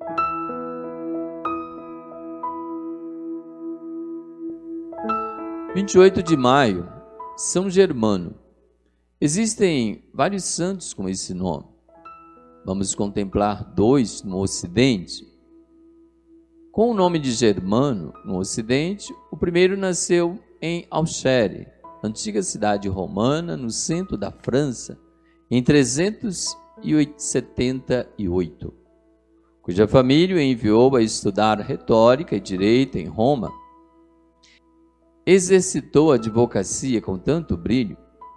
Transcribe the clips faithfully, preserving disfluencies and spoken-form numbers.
vinte e oito de maio, São Germano. Existem vários santos com esse nome. Vamos contemplar dois no Ocidente. Com o nome de Germano, no Ocidente, o primeiro nasceu em Auxerre, antiga cidade romana no centro da França, em trezentos e setenta e oito, cuja família o enviou a estudar retórica e direito em Roma. Exercitou a advocacia com tanto brilho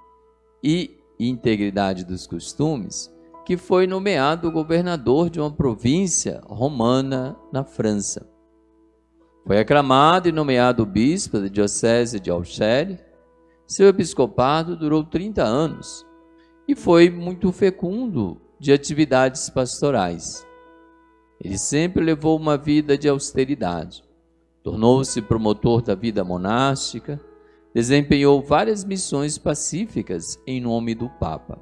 e integridade dos costumes que foi nomeado governador de uma província romana na França. Foi aclamado e nomeado bispo da diocese de Auxerre. Seu episcopado durou trinta anos e foi muito fecundo de atividades pastorais. Ele sempre levou uma vida de austeridade. Tornou-se promotor da vida monástica, desempenhou várias missões pacíficas em nome do Papa.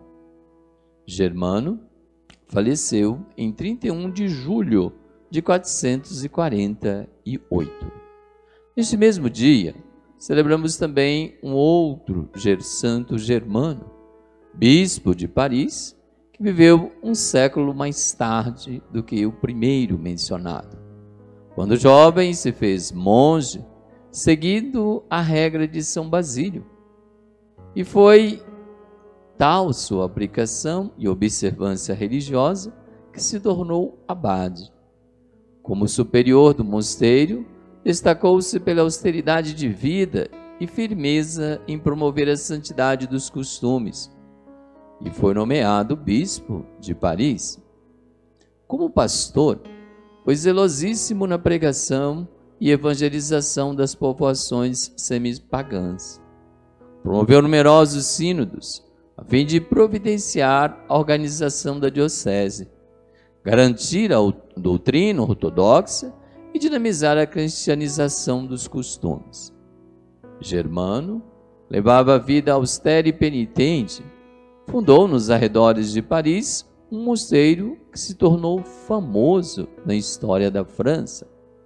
Germano faleceu em trinta e um de julho de quatrocentos e quarenta e oito. Neste mesmo dia, celebramos também um outro santo Germano, bispo de Paris, que viveu um século mais tarde do que o primeiro mencionado. Quando jovem, se fez monge, seguindo a regra de São Basílio, e foi tal sua aplicação e observância religiosa que se tornou abade. Como superior do mosteiro, destacou-se pela austeridade de vida e firmeza em promover a santidade dos costumes, e foi nomeado bispo de Paris. Como pastor, foi zelosíssimo na pregação e evangelização das povoações semipagãs. Promoveu numerosos sínodos, a fim de providenciar a organização da diocese, garantir a doutrina ortodoxa e dinamizar a cristianização dos costumes. Germano levava a vida austera e penitente. Fundou nos arredores de Paris um mosteiro que se tornou famoso na história da França.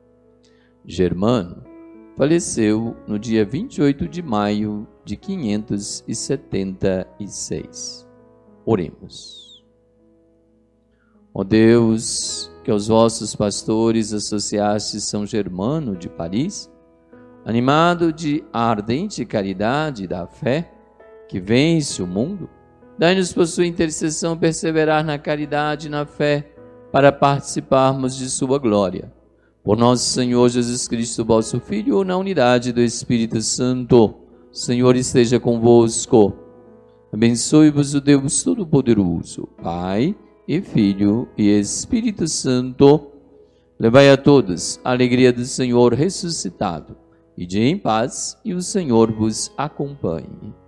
Germano faleceu no dia vinte e oito de maio de quinhentos e setenta e seis. Oremos. Ó Deus, que aos vossos pastores associaste São Germano de Paris, animado de ardente caridade e da fé que vence o mundo, dai-nos por sua intercessão perseverar na caridade e na fé, para participarmos de sua glória. Por nosso Senhor Jesus Cristo, vosso Filho, na unidade do Espírito Santo. O Senhor esteja convosco. Abençoe-vos o Deus Todo-Poderoso, Pai e Filho e Espírito Santo. Levai a todos a alegria do Senhor ressuscitado. Ide em paz e o Senhor vos acompanhe.